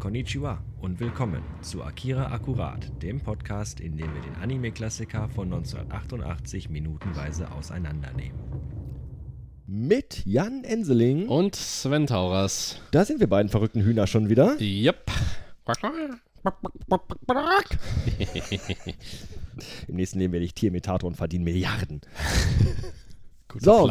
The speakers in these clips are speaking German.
Konnichiwa und willkommen zu Akira Akkurat, dem Podcast, in dem wir den Anime-Klassiker von 1988 minutenweise auseinandernehmen. Mit Jan Enseling und Sven Tauras. Da sind wir beiden verrückten Hühner schon wieder. Yep. Im nächsten Leben werde ich Tierimitator und verdiene Milliarden. So,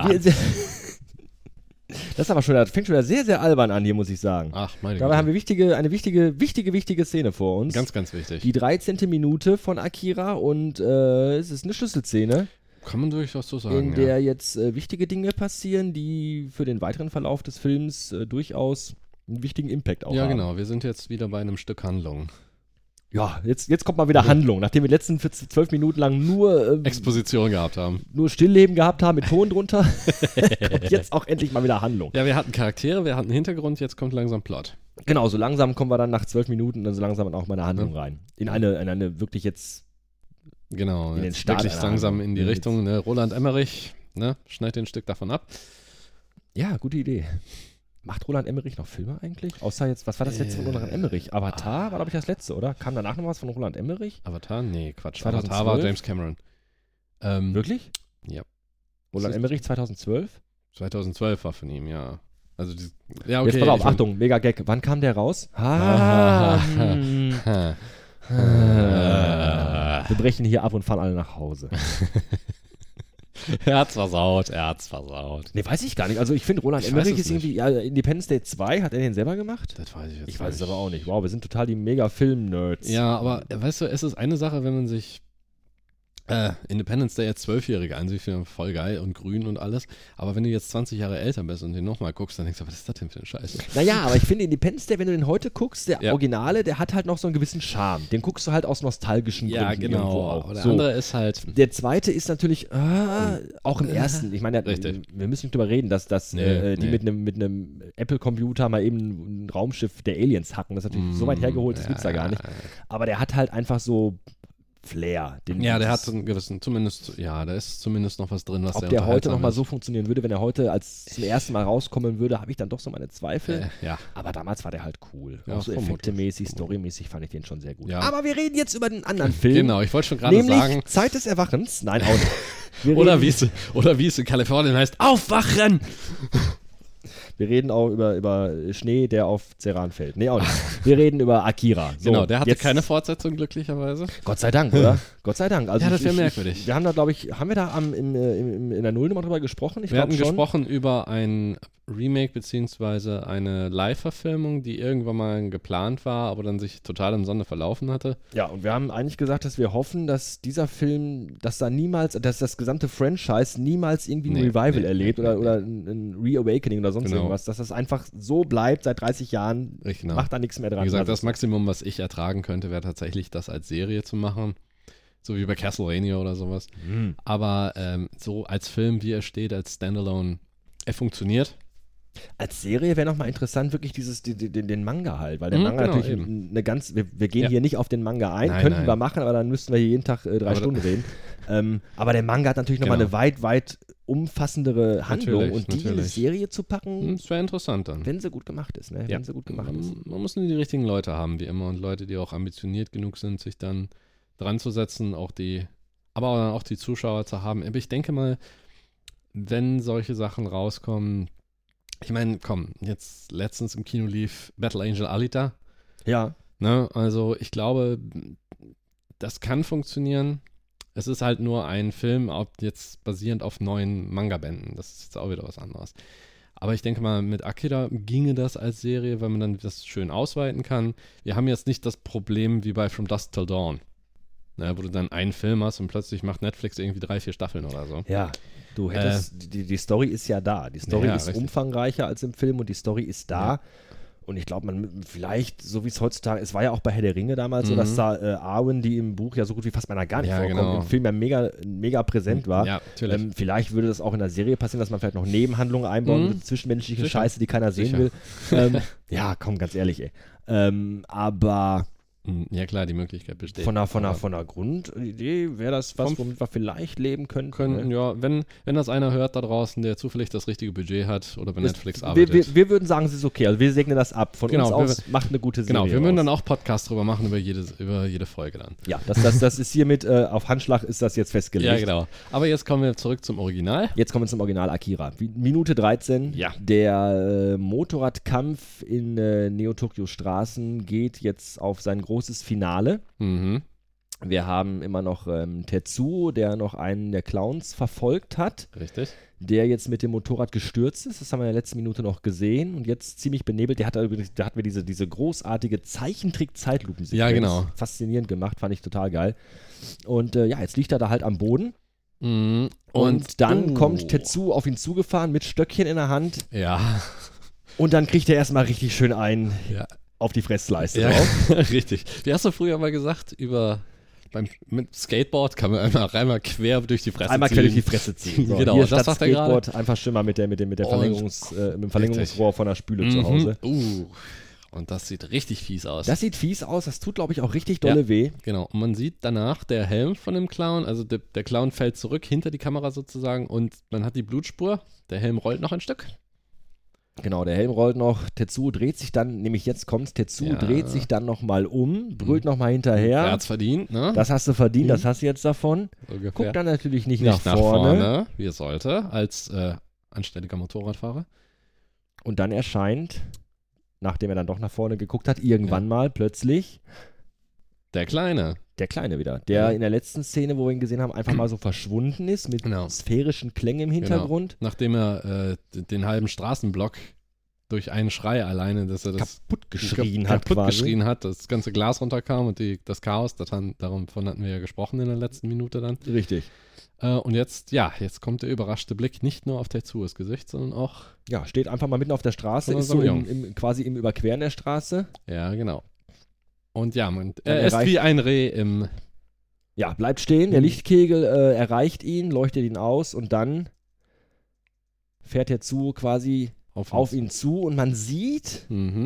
das ist aber schon, das fängt schon wieder sehr, sehr albern an hier, muss ich sagen. Ach, meine Dabei haben wir eine wichtige Szene vor uns. Ganz, ganz wichtig. Die 13. Minute von Akira und es ist eine Schlüsselszene. Kann man durchaus so sagen, in der jetzt wichtige Dinge passieren, die für den weiteren Verlauf des Films durchaus einen wichtigen Impact auch haben. Ja, genau. Wir sind jetzt wieder bei einem Stück Handlung. Ja, jetzt kommt mal wieder Handlung, nachdem wir die letzten 12 Minuten lang nur Exposition gehabt haben. Nur Stillleben gehabt haben mit Ton drunter. Kommt jetzt auch endlich mal wieder Handlung. Ja, wir hatten Charaktere, wir hatten Hintergrund, jetzt kommt langsam Plot. Genau, so langsam kommen wir dann nach 12 Minuten dann so langsam auch mal eine Handlung rein. In eine wirklich jetzt genau, in den jetzt Start wirklich langsam in die Richtung. Ne? Roland Emmerich, ne? Schneidet ein Stück davon ab. Ja, gute Idee. Macht Roland Emmerich noch Filme eigentlich? Außer jetzt, was war das letzte von Roland Emmerich? Avatar war, glaube ich, das letzte, oder? Kam danach noch was von Roland Emmerich? Avatar? Nee, Quatsch. 2012? Avatar war James Cameron. Wirklich? Ja. Roland Emmerich 2012? 2012 war von ihm, ja. Also, ja, okay. Jetzt pass auf, Achtung, mega Gag. Wann kam der raus? Wir brechen hier ab und fahren alle nach Hause. Er hat's versaut. Nee, weiß ich gar nicht. Also ich finde, Roland Emmerich ist irgendwie, ja, Independence Day 2, hat er den selber gemacht? Das weiß ich jetzt nicht. Ich weiß es aber auch nicht. Wow, wir sind total die Mega-Film-Nerds. Ja, aber weißt du, es ist eine Sache, wenn man sich Independence Day als 12-Jährige ansieht, voll geil und grün und alles. Aber wenn du jetzt 20 Jahre älter bist und den nochmal guckst, dann denkst du, was ist das denn für eine Scheiße? Naja, aber ich finde Independence Day, wenn du den heute guckst, der Originale, der hat halt noch so einen gewissen Charme. Den guckst du halt aus nostalgischen Gründen. Ja, genau. Auch. Der andere ist halt... Der zweite ist natürlich, auch im ersten, ich meine, wir müssen nicht drüber reden, dass die mit einem Apple-Computer mal eben ein Raumschiff der Aliens hacken. Das ist natürlich so weit hergeholt, das gibt's da gar nicht. Aber der hat halt einfach so Flair. Der hat so einen gewissen, da ist zumindest noch was drin, was ob der heute nochmal so funktionieren würde, wenn er heute als zum ersten Mal rauskommen würde, habe ich dann doch so meine Zweifel. Aber damals war der halt cool. Ja, auch so effektemäßig, storymäßig fand ich den schon sehr gut. Ja. Aber wir reden jetzt über den anderen Film. Genau, ich wollte schon gerade sagen. Zeit des Erwachens. Nein, auch nicht. Oder wie es in Kalifornien heißt, aufwachen! Wir reden auch über Schnee, der auf Ceran fällt. Nee, auch nicht. Wir reden über Akira. So, genau, der hatte keine Fortsetzung, glücklicherweise. Gott sei Dank, oder? Gott sei Dank. Also das wäre merkwürdig. Wir haben da, glaube ich, in der Nullnummer drüber gesprochen? Wir hatten gesprochen über ein Remake beziehungsweise eine Live-Verfilmung, die irgendwann mal geplant war, aber dann sich total im Sande verlaufen hatte. Ja, und wir haben eigentlich gesagt, dass wir hoffen, dass dieser Film, dass das gesamte Franchise niemals irgendwie ein Revival erlebt oder ein Reawakening oder sonst irgendwas, dass das einfach so bleibt seit 30 Jahren, macht da nichts mehr dran. Wie gesagt, das Maximum, was ich ertragen könnte, wäre tatsächlich, das als Serie zu machen. So wie bei Castlevania oder sowas. Aber so als Film, wie er steht, als Standalone, er funktioniert. Als Serie wäre nochmal interessant, wirklich den Manga halt, weil der Manga natürlich wir gehen hier nicht auf den Manga ein, könnten wir machen, aber dann müssten wir hier jeden Tag 3 Stunden reden. Aber der Manga hat natürlich nochmal eine weit umfassendere Handlung und die in eine Serie zu packen, das wäre interessant dann. Wenn sie gut gemacht ist, ne? Wenn sie gut gemacht ist. Man muss nur die richtigen Leute haben, wie immer, und Leute, die auch ambitioniert genug sind, sich dann dran zu setzen, aber dann auch die Zuschauer zu haben. Aber ich denke mal, wenn solche Sachen rauskommen, ich meine, jetzt letztens im Kino lief Battle Angel Alita. Ja. Ne, also ich glaube, das kann funktionieren. Es ist halt nur ein Film, jetzt basierend auf 9 Manga-Bänden. Das ist jetzt auch wieder was anderes. Aber ich denke mal, mit Akira ginge das als Serie, weil man dann das schön ausweiten kann. Wir haben jetzt nicht das Problem wie bei From Dusk Till Dawn, ne, wo du dann einen Film hast und plötzlich macht Netflix irgendwie 3, 4 Staffeln oder so. Ja. Du hättest, die Story ist ja da. Die Story ist richtig umfangreicher als im Film und die Story ist da. Ja. Und ich glaube, man vielleicht, so wie es heutzutage, es war ja auch bei Herr der Ringe damals so, dass da Arwen, die im Buch ja so gut wie fast meiner gar nicht vorkommt, im Film ja mega präsent war. Ja, natürlich. Vielleicht würde das auch in der Serie passieren, dass man vielleicht noch Nebenhandlungen einbauen würde, zwischenmenschliche Scheiße, die keiner sehen will. Ja, komm, ganz ehrlich, ey. Aber Ja klar, die Möglichkeit besteht. Von der Grundidee wäre das was, womit wir vielleicht leben könnten. Ne? Ja, wenn das einer hört da draußen, der zufällig das richtige Budget hat oder bei Netflix arbeitet. Wir würden sagen, es ist okay. Also wir segnen das ab. Von uns aus macht eine gute Serie. Genau, wir würden dann auch Podcasts drüber machen, über jede Folge dann. Ja, das ist hiermit, auf Handschlag ist das jetzt festgelegt. Ja, genau. Aber jetzt kommen wir zurück zum Original. Jetzt kommen wir zum Original Akira. Minute 13. Ja. Der Motorradkampf in Neo-Tokyos Straßen geht jetzt auf sein großes Finale. Mhm. Wir haben immer noch Tetsuo, der noch einen der Clowns verfolgt hat. Richtig. Der jetzt mit dem Motorrad gestürzt ist. Das haben wir in der letzten Minute noch gesehen. Und jetzt ziemlich benebelt. Da hatten wir diese großartige Zeichentrick-Zeitlupensequenz. Ja, genau. Faszinierend gemacht, fand ich total geil. Und jetzt liegt er da halt am Boden. Mhm. Und dann kommt Tetsuo auf ihn zugefahren mit Stöckchen in der Hand. Ja. Und dann kriegt er erstmal richtig schön einen auf die Fressleiste drauf. Richtig. Wie hast du früher mal gesagt, mit Skateboard kann man einmal quer durch die Fresse ziehen. Einmal quer durch die Fresse ziehen. So, genau, hier das statt Skateboard einfach schon mal mit dem Verlängerungsrohr von der Spüle zu Hause. Und das sieht richtig fies aus. Das sieht fies aus, das tut, glaube ich, auch richtig dolle weh. Genau, und man sieht danach der Helm von dem Clown, also der Clown fällt zurück hinter die Kamera sozusagen und man hat die Blutspur, der Helm rollt noch ein Stück. Genau, der Helm rollt noch, Tetsuo dreht sich dann, nämlich jetzt kommt's, Tetsuo dreht sich dann nochmal um, brüllt nochmal hinterher. Er hat's verdient, ne? Das hast du verdient, das hast du jetzt davon. Ungefähr. Guckt dann natürlich nicht nach vorne, wie es sollte, als anständiger Motorradfahrer. Und dann erscheint, nachdem er dann doch nach vorne geguckt hat, irgendwann mal plötzlich der Kleine wieder, der in der letzten Szene, wo wir ihn gesehen haben, einfach mal so verschwunden ist, mit sphärischen Klängen im Hintergrund. Genau. Nachdem er den halben Straßenblock durch einen Schrei alleine, dass er das kaputt geschrien hat, das ganze Glas runterkam und das Chaos, davon hatten wir ja gesprochen in der letzten Minute dann. Richtig. Und jetzt kommt der überraschte Blick nicht nur auf Tetsuos Gesicht, sondern auch... Ja, steht einfach mal mitten auf der Straße, ist so quasi im Überqueren der Straße. Ja, genau. Und er ist wie ein Reh im... Ja, bleibt stehen, der Lichtkegel erreicht ihn, leuchtet ihn aus und dann fährt Tetsuo quasi auf ihn zu und man sieht,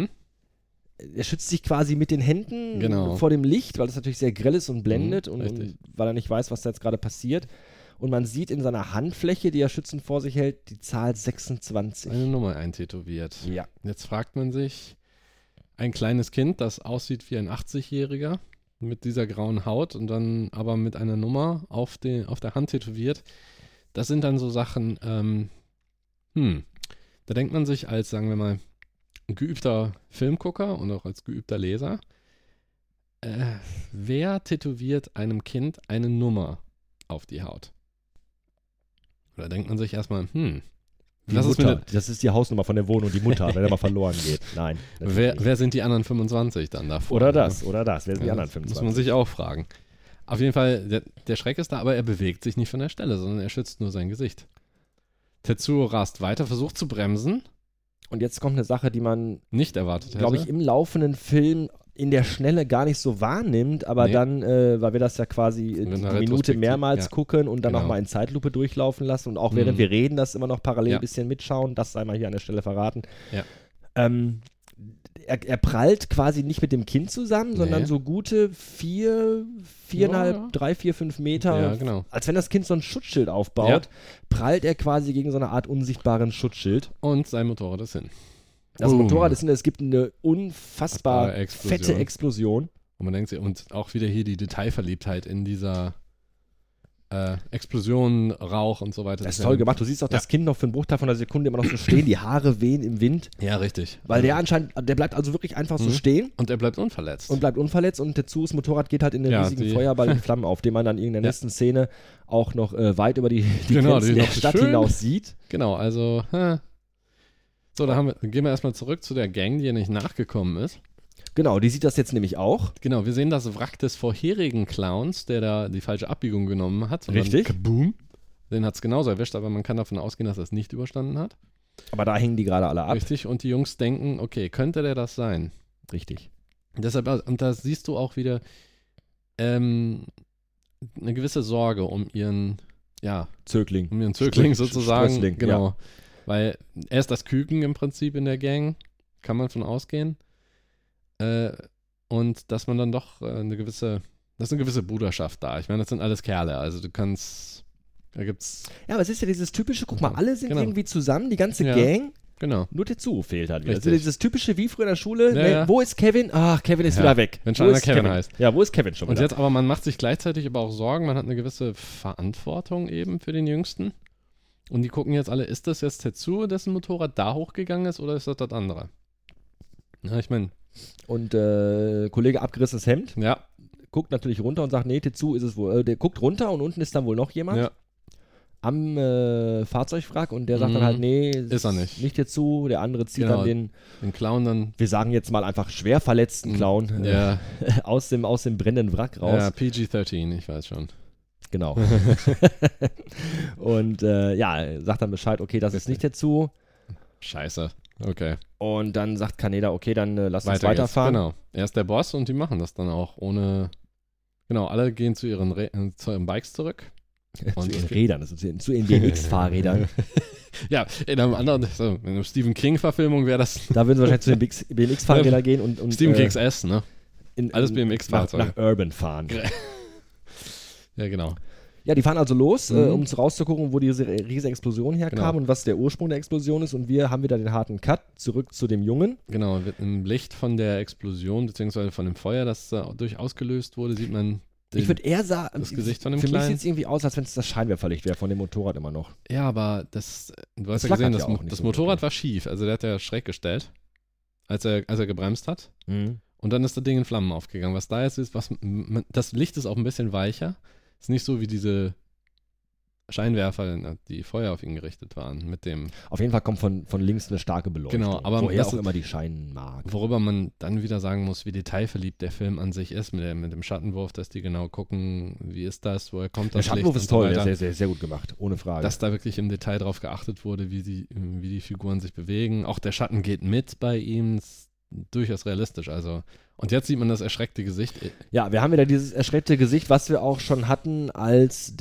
er schützt sich quasi mit den Händen vor dem Licht, weil es natürlich sehr grell ist und blendet und weil er nicht weiß, was da jetzt gerade passiert. Und man sieht in seiner Handfläche, die er schützend vor sich hält, die Zahl 26. Eine Nummer eintätowiert. Ja. Jetzt fragt man sich, ein kleines Kind, das aussieht wie ein 80-Jähriger mit dieser grauen Haut und dann aber mit einer Nummer auf der Hand tätowiert. Das sind dann so Sachen, da denkt man sich als, sagen wir mal, geübter Filmgucker und auch als geübter Leser, wer tätowiert einem Kind eine Nummer auf die Haut? Oder denkt man sich erstmal, das ist die Hausnummer von der Wohnung, die Mutter, wenn er mal verloren geht. Nein. Wer sind die anderen 25 dann davor? Oder das. Wer sind die anderen 25? Muss man sich auch fragen. Auf jeden Fall, der Schreck ist da, aber er bewegt sich nicht von der Stelle, sondern er schützt nur sein Gesicht. Tetsuo rast weiter, versucht zu bremsen. Und jetzt kommt eine Sache, die man nicht erwartet hätte. Glaube ich, im laufenden Film in der Schnelle gar nicht so wahrnimmt, aber dann, weil wir das ja quasi eine Minute mehrmals gucken und dann nochmal in Zeitlupe durchlaufen lassen und auch während wir reden, das immer noch parallel ein bisschen mitschauen, das sei mal hier an der Stelle verraten. Ja. Er prallt quasi nicht mit dem Kind zusammen, sondern so gute 3, 4, 5 Meter, als wenn das Kind so ein Schutzschild aufbaut, prallt er quasi gegen so eine Art unsichtbaren Schutzschild. Und sein Motorrad ist hin. Das Motorrad ist hin, es gibt eine unfassbar fette Explosion. Und man denkt sich, und auch wieder hier die Detailverliebtheit in dieser Explosion, Rauch und so weiter. Das ist toll gemacht. Du siehst auch das Kind noch für einen Bruchteil von einer Sekunde immer noch so stehen, die Haare wehen im Wind. Ja, richtig. Weil der bleibt also wirklich einfach so stehen. Und er bleibt unverletzt. Und Tetsuos Motorrad geht halt in den riesigen Feuerball in Flammen auf, den man dann in der nächsten Szene auch noch weit über die Grenzen der Stadt hinaus sieht. Genau, also so, dann gehen wir erstmal zurück zu der Gang, die ja nicht nachgekommen ist. Genau, die sieht das jetzt nämlich auch. Genau, wir sehen das Wrack des vorherigen Clowns, der da die falsche Abbiegung genommen hat. Richtig. Kaboom. Den hat es genauso erwischt, aber man kann davon ausgehen, dass er es nicht überstanden hat. Aber da hängen die gerade alle ab. Richtig, und die Jungs denken, okay, könnte der das sein? Richtig. Deshalb, und da siehst du auch wieder eine gewisse Sorge um ihren Zögling. Um ihren Zögling sozusagen. Sprössling, genau. Weil er ist das Küken im Prinzip in der Gang, kann man von ausgehen. und dass man dann doch eine gewisse Bruderschaft da. Ich meine, das sind alles Kerle, also da gibt's... Ja, aber es ist ja dieses typische, guck mal, alle sind irgendwie zusammen, die ganze Gang. Genau. Nur Tetsuo fehlt halt wieder. Also dieses typische, wie früher in der Schule, wo ist Kevin? Ach, Kevin ist wieder weg. Wenn schon einer Kevin heißt. Ja, wo ist Kevin schon wieder? Und jetzt aber, man macht sich gleichzeitig aber auch Sorgen, man hat eine gewisse Verantwortung eben für den Jüngsten. Und die gucken jetzt alle, ist das jetzt Tetsuo, dessen Motorrad da hochgegangen ist, oder ist das andere? Ja, ich meine. Und Kollege abgerissenes Hemd. Ja. Guckt natürlich runter und sagt, nee, Tetsuo ist es wohl. Der guckt runter und unten ist dann wohl noch jemand. Ja. Am Fahrzeugwrack und der sagt dann halt, nee, ist er nicht. Nicht Tetsuo, der andere zieht dann den Clown dann. Wir sagen jetzt mal einfach schwer verletzten Clown aus dem brennenden Wrack raus. Ja, PG-13, ich weiß schon. Genau. Und sagt dann Bescheid, okay, das ist nicht Tetsuo. Scheiße, okay. Und dann sagt Kaneda, okay, dann lass uns weiterfahren. Genau, er ist der Boss und die machen das dann auch ohne, genau, alle gehen zu ihren Bikes zurück. Und zu ihren Rädern, also zu ihren BMX-Fahrrädern. Ja, in einer Stephen King-Verfilmung wäre das. Da würden sie wahrscheinlich zu den BMX-Fahrrädern gehen und Stephen Kings S, ne? Alles BMX-Fahrzeuge. Nach Urban fahren. Ja, genau. Ja, die fahren also los, um rauszugucken, wo diese riesige Explosion herkam und was der Ursprung der Explosion ist. Und wir haben wieder den harten Cut zurück zu dem Jungen. Genau, im Licht von der Explosion, beziehungsweise von dem Feuer, das durch ausgelöst wurde, sieht man ich würde eher sagen, das Gesicht von dem für Kleinen. Mich sieht es irgendwie aus, als wenn es das Scheinwerferlicht wäre von dem Motorrad immer noch. Ja, aber du hast ja gesehen, das Motorrad war schief. Also der hat ja schräg gestellt, als er gebremst hat. Mhm. Und dann ist das Ding in Flammen aufgegangen. Was da jetzt ist, das Licht ist auch ein bisschen weicher. Ist nicht so wie diese Scheinwerfer, die Feuer auf ihn gerichtet waren. Mit dem auf jeden Fall kommt von links eine starke Beleuchtung. Genau, aber woher auch immer die scheinen mag. Worüber man dann wieder sagen muss, wie detailverliebt der Film an sich ist, mit dem Schattenwurf, dass die genau gucken, wie ist das, woher kommt das Licht. Der Schattenwurf ist toll, sehr, sehr, sehr gut gemacht, ohne Frage. Dass da wirklich im Detail drauf geachtet wurde, wie die Figuren sich bewegen. Auch der Schatten geht mit bei ihm, ist durchaus realistisch, also. Und jetzt sieht man das erschreckte Gesicht. Ja, wir haben wieder dieses erschreckte Gesicht, was wir auch schon hatten, als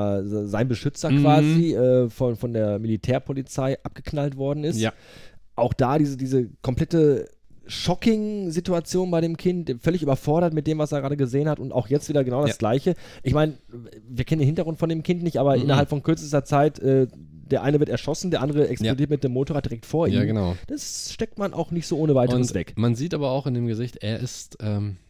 sein Beschützer quasi von der Militärpolizei abgeknallt worden ist. Ja. Auch da diese komplette Shocking-Situation bei dem Kind, völlig überfordert mit dem, was er gerade gesehen hat und auch jetzt wieder genau das Gleiche. Ich meine, wir kennen den Hintergrund von dem Kind nicht, aber innerhalb von kürzester Zeit der eine wird erschossen, der andere explodiert mit dem Motorrad direkt vor ihm. Ja, genau. Das steckt man auch nicht so ohne weiteres weg. Man sieht aber auch in dem Gesicht, er ist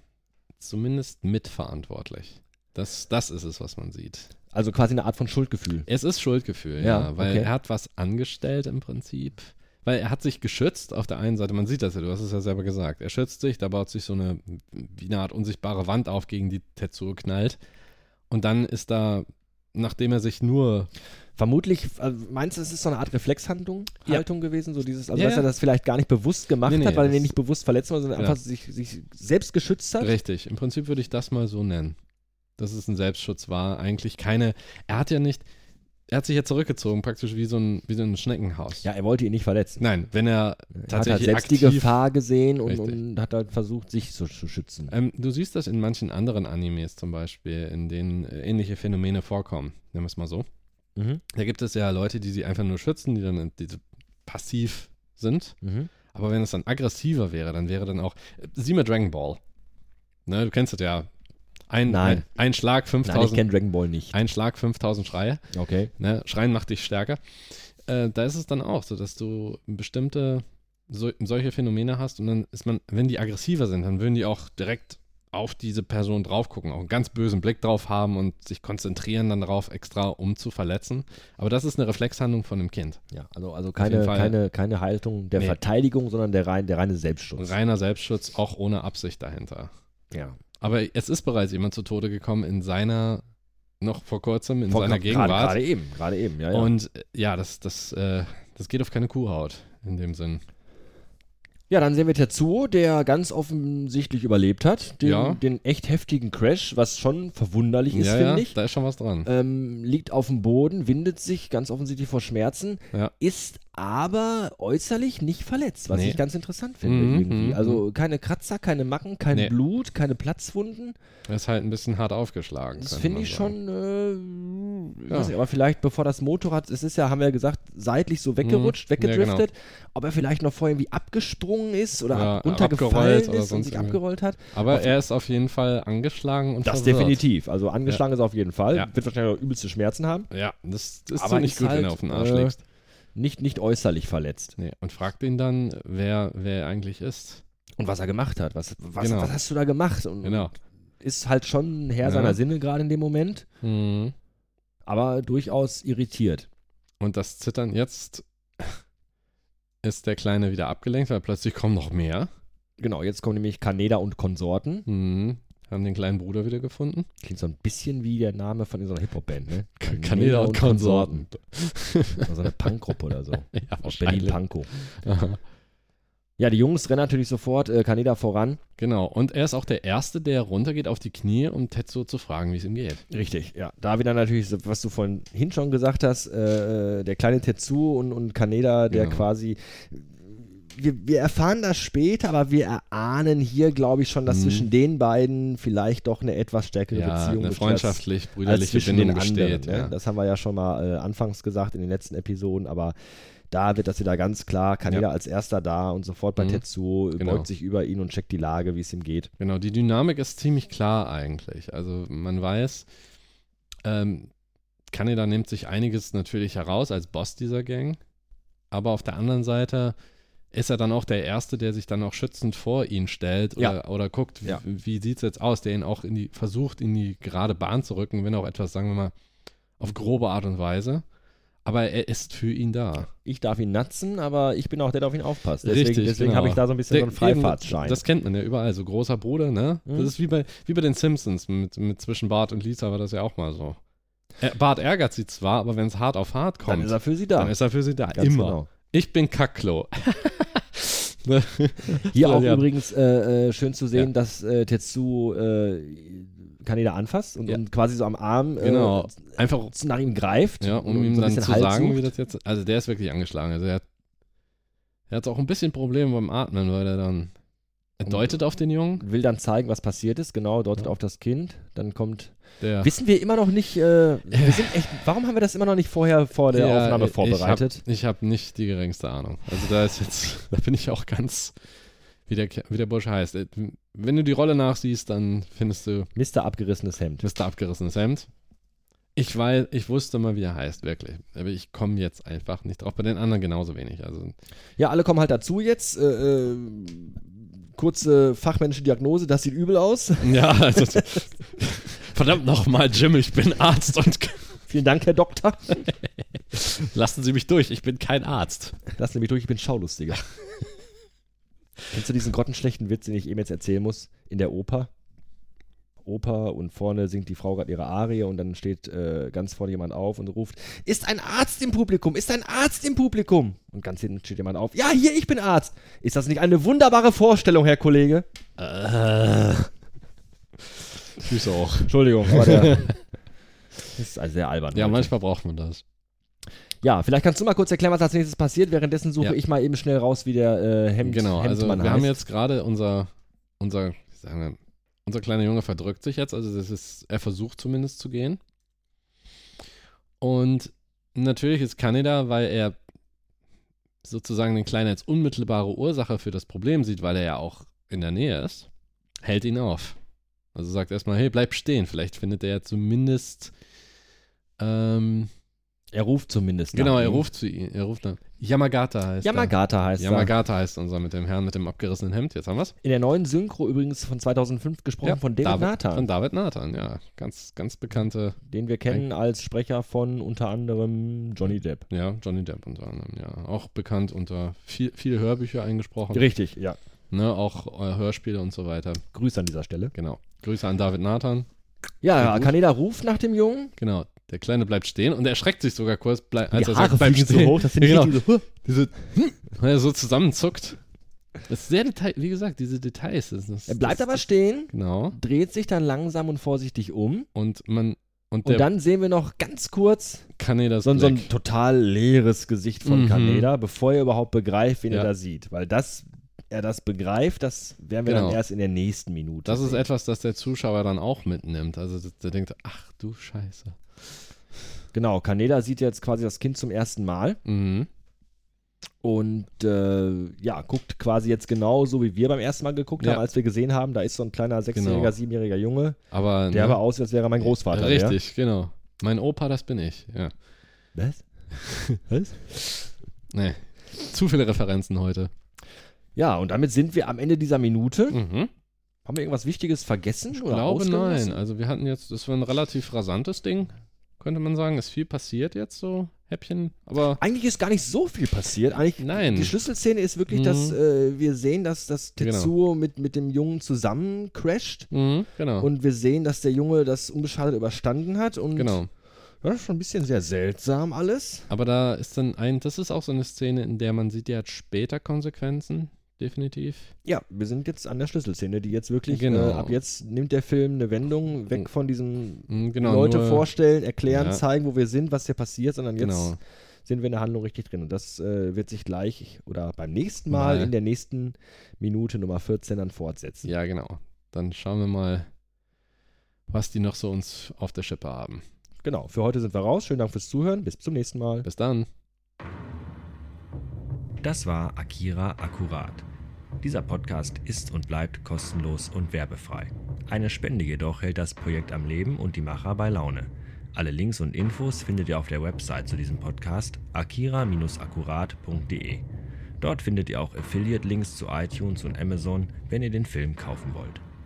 zumindest mitverantwortlich. Das ist es, was man sieht. Also quasi eine Art von Schuldgefühl. Es ist Schuldgefühl, ja, weil er hat was angestellt im Prinzip. Weil er hat sich geschützt auf der einen Seite, man sieht das ja, du hast es ja selber gesagt. Er schützt sich, da baut sich wie eine Art unsichtbare Wand auf, gegen die Tetsuo knallt. Und dann ist da, nachdem er sich nur... Vermutlich, meinst du, es ist so eine Art Reflexhaltung gewesen? So dieses, dass er das vielleicht gar nicht bewusst gemacht hat, weil er ihn nicht bewusst verletzt hat, sondern einfach sich selbst geschützt hat? Richtig, im Prinzip würde ich das mal so nennen. Dass es ein Selbstschutz war, eigentlich er hat sich ja zurückgezogen, praktisch wie so ein Schneckenhaus. Ja, er wollte ihn nicht verletzen. Nein, wenn er tatsächlich hat halt selbst die Gefahr gesehen und hat halt versucht, sich zu schützen. Du siehst das in manchen anderen Animes zum Beispiel, in denen ähnliche Phänomene vorkommen. Nehmen wir es mal so. Mhm. Da gibt es ja Leute, die sie einfach nur schützen, die dann passiv sind. Mhm. Aber wenn es dann aggressiver wäre, dann wäre dann auch, sieh mal Dragon Ball. Ne, du kennst das ja. Ein Schlag 5000. Nein, ich kenne Dragon Ball nicht. Ein Schlag 5000 Schreie. Okay. Ne, Schreien macht dich stärker. Da ist es dann auch so, dass du bestimmte solche Phänomene hast und dann ist wenn die aggressiver sind, dann würden die auch direkt auf diese Person drauf gucken, auch einen ganz bösen Blick drauf haben und sich konzentrieren dann darauf extra, um zu verletzen. Aber das ist eine Reflexhandlung von einem Kind. Ja, also keine Haltung der Verteidigung, sondern der reine Selbstschutz. Reiner Selbstschutz, auch ohne Absicht dahinter. Ja. Aber es ist bereits jemand zu Tode gekommen noch vor kurzem in seiner Gegenwart. Gerade eben, ja. Und das geht auf keine Kuhhaut in dem Sinn. Ja, dann sehen wir Tetsuo, der ganz offensichtlich überlebt hat. Den echt heftigen Crash, was schon verwunderlich ist, finde ich. Da ist schon was dran. Liegt auf dem Boden, windet sich ganz offensichtlich vor Schmerzen, ist aber äußerlich nicht verletzt, was ich ganz interessant finde irgendwie. Also keine Kratzer, keine Macken, kein Blut, keine Platzwunden. Er ist halt ein bisschen hart aufgeschlagen. Das finde ich schon, weiß nicht, aber vielleicht bevor das Motorrad, es ist ja, haben wir ja gesagt, seitlich so weggerutscht, weggedriftet, ob er vielleicht noch vorher irgendwie abgesprungen ist oder runtergefallen ist und sich abgerollt hat. Aber er ist auf jeden Fall angeschlagen und das verwirrt. Definitiv, also angeschlagen ist er auf jeden Fall, wird wahrscheinlich auch übelste Schmerzen haben. Ja, das ist aber so nicht gut, halt, wenn er auf den Arsch legst. Nicht äußerlich verletzt. Nee, und fragt ihn dann, wer er eigentlich ist. Und was er gemacht hat. Was hast du da gemacht? Und genau. Ist halt schon Herr seiner Sinne gerade in dem Moment. Aber durchaus irritiert. Und das Zittern jetzt ist der Kleine wieder abgelenkt, weil plötzlich kommen noch mehr. Genau, jetzt kommen nämlich Kaneda und Konsorten. Haben den kleinen Bruder wieder gefunden. Klingt so ein bisschen wie der Name von so einer Hip-Hop-Band, ne? Kaneda und Konsorten. So eine Punkgruppe oder so. Ja, aus Berlin-Pankow. Ja, die Jungs rennen natürlich sofort Kaneda voran. Genau, und er ist auch der Erste, der runtergeht auf die Knie, um Tetsuo zu fragen, wie es ihm geht. Richtig, ja. Da wieder natürlich, was du vorhin schon gesagt hast, der kleine Tetsuo und Kaneda, der quasi... Wir erfahren das später, aber wir erahnen hier, glaube ich, schon, dass zwischen den beiden vielleicht doch eine etwas stärkere Beziehung eine freundschaftlich-brüderliche Bindung besteht. Ne? Das haben wir ja schon mal anfangs gesagt in den letzten Episoden, aber da wird das wieder ganz klar, Kaneda als Erster da und sofort bei Tetsuo, beugt sich über ihn und checkt die Lage, wie es ihm geht. Genau, die Dynamik ist ziemlich klar eigentlich. Also man weiß, Kaneda nimmt sich einiges natürlich heraus als Boss dieser Gang, aber auf der anderen Seite ist er dann auch der Erste, der sich dann auch schützend vor ihn stellt oder guckt, wie sieht es jetzt aus, der ihn auch versucht, in die gerade Bahn zu rücken, wenn auch etwas, sagen wir mal, auf grobe Art und Weise. Aber er ist für ihn da. Ich darf ihn natzen, aber ich bin auch der, der auf ihn aufpasst. Deswegen habe ich da so ein bisschen so einen Freifahrtschein. Das kennt man ja überall, so großer Bruder, ne? Das ist wie bei den Simpsons, mit zwischen Bart und Lisa war das ja auch mal so. Bart ärgert sie zwar, aber wenn es hart auf hart kommt, dann ist er für sie da. Ganz immer. Genau. Ich bin Kackklo. Hier auch übrigens schön zu sehen, dass Tetsuo Kaneda anfasst und quasi so am Arm einfach nach ihm greift. Ja, um ihm so dann zu sagen, wie das jetzt... Also der ist wirklich angeschlagen. Also er hat auch ein bisschen Probleme beim Atmen, weil er dann... Er deutet auf den Jungen. Will dann zeigen, was passiert ist. Genau, deutet auf das Kind. Dann kommt... Wissen wir immer noch nicht... warum haben wir das immer noch nicht vorher vor der Aufnahme vorbereitet? Ich hab nicht die geringste Ahnung. Also da bin ich auch ganz... Wie der Bursche heißt. Wenn du die Rolle nachsiehst, dann findest du... Mr. Abgerissenes Hemd. Mr. Abgerissenes Hemd. Ich wusste mal, wie er heißt, wirklich. Aber ich komme jetzt einfach nicht drauf. Bei den anderen genauso wenig. Also ja, alle kommen halt dazu jetzt. Kurze fachmännische Diagnose, das sieht übel aus. Ja, also verdammt nochmal, Jim, ich bin Arzt und... Vielen Dank, Herr Doktor. Lassen Sie mich durch, ich bin kein Arzt. Lassen Sie mich durch, ich bin Schaulustiger. Kennst du diesen grottenschlechten Witz, den ich eben jetzt erzählen muss? In der Oper und vorne singt die Frau gerade ihre Arie und dann steht ganz vorne jemand auf und ruft, ist ein Arzt im Publikum, ist ein Arzt im Publikum? Und ganz hinten steht jemand auf, ja, hier, ich bin Arzt. Ist das nicht eine wunderbare Vorstellung, Herr Kollege? Füße auch. Entschuldigung, aber das ist also sehr albern. Ja, heute. Manchmal braucht man das. Ja, vielleicht kannst du mal kurz erklären, was als nächstes passiert. Währenddessen suche ich mal eben schnell raus, wie der Hemdmann heißt. Also wir haben jetzt gerade unser kleiner Junge verdrückt sich jetzt, also er versucht zumindest zu gehen. Und natürlich ist Kaneda, weil er sozusagen den Kleinen als unmittelbare Ursache für das Problem sieht, weil er ja auch in der Nähe ist, hält ihn auf. Also sagt erstmal, hey, bleib stehen. Vielleicht findet er ja zumindest er ruft zumindest. Genau, er ruft zu ihm. Er ruft dann. Yamagata heißt Yamagata heißt unser mit dem Herrn mit dem abgerissenen Hemd. Jetzt haben wir es. In der neuen Synchro übrigens von 2005 gesprochen von David Nathan. Von David Nathan, ja. Ganz, ganz bekannte. Den wir kennen als Sprecher von unter anderem Johnny Depp. Ja, Johnny Depp unter anderem, ja. Auch bekannt unter viele Hörbücher eingesprochen. Richtig, ja. Ne, auch Hörspiele und so weiter. Grüße an dieser Stelle. Genau. Grüße an David Nathan. Ja, Kaneda ruft nach dem Jungen. Genau. Der Kleine bleibt stehen und er erschreckt sich sogar kurz, als er sagt, bleib stehen. So hoch, dass weil er so zusammenzuckt. Das ist sehr wie gesagt, diese Details. Er bleibt aber stehen, genau, dreht sich dann langsam und vorsichtig um. Und man Und dann sehen wir noch ganz kurz Kanedas so ein total leeres Gesicht von Kaneda, bevor er überhaupt begreift, wen er da sieht. Weil er das begreift, das werden wir dann erst in der nächsten Minute Das ist etwas, das der Zuschauer dann auch mitnimmt. Also der denkt, ach du Scheiße. Genau, Kaneda sieht jetzt quasi das Kind zum ersten Mal. Und guckt quasi jetzt genauso, wie wir beim ersten Mal geguckt haben, als wir gesehen haben, da ist so ein kleiner 6-jähriger, 7-jähriger Junge, der aber aussieht, als wäre er mein Großvater. Richtig, genau. Mein Opa, das bin ich, ja. Was? Nee, zu viele Referenzen heute. Ja, und damit sind wir am Ende dieser Minute. Haben wir irgendwas Wichtiges vergessen? Ich glaube, nein. Also wir hatten jetzt, das war ein relativ rasantes Ding, könnte man sagen. Ist viel passiert jetzt so, Häppchen, aber... Eigentlich ist gar nicht so viel passiert. Nein. Die Schlüsselszene ist wirklich, dass wir sehen, dass Tetsuo mit dem Jungen zusammen crasht. Genau. Und wir sehen, dass der Junge das unbeschadet überstanden hat. Und das ist schon ein bisschen sehr seltsam alles. Aber da ist dann das ist auch so eine Szene, in der man sieht, die hat später Konsequenzen. Definitiv. Ja, wir sind jetzt an der Schlüsselszene, die jetzt wirklich, ab jetzt nimmt der Film eine Wendung weg von diesem Leute vorstellen, erklären, zeigen, wo wir sind, was hier passiert, sondern jetzt sind wir in der Handlung richtig drin. Und das wird sich gleich oder beim nächsten Mal in der nächsten Minute Nummer 14 dann fortsetzen. Ja, genau. Dann schauen wir mal, was die noch so uns auf der Schippe haben. Genau, für heute sind wir raus. Schönen Dank fürs Zuhören. Bis zum nächsten Mal. Bis dann. Das war Akira Akkurat. Dieser Podcast ist und bleibt kostenlos und werbefrei. Eine Spende jedoch hält das Projekt am Leben und die Macher bei Laune. Alle Links und Infos findet ihr auf der Website zu diesem Podcast akira-akkurat.de. Dort findet ihr auch Affiliate-Links zu iTunes und Amazon, wenn ihr den Film kaufen wollt.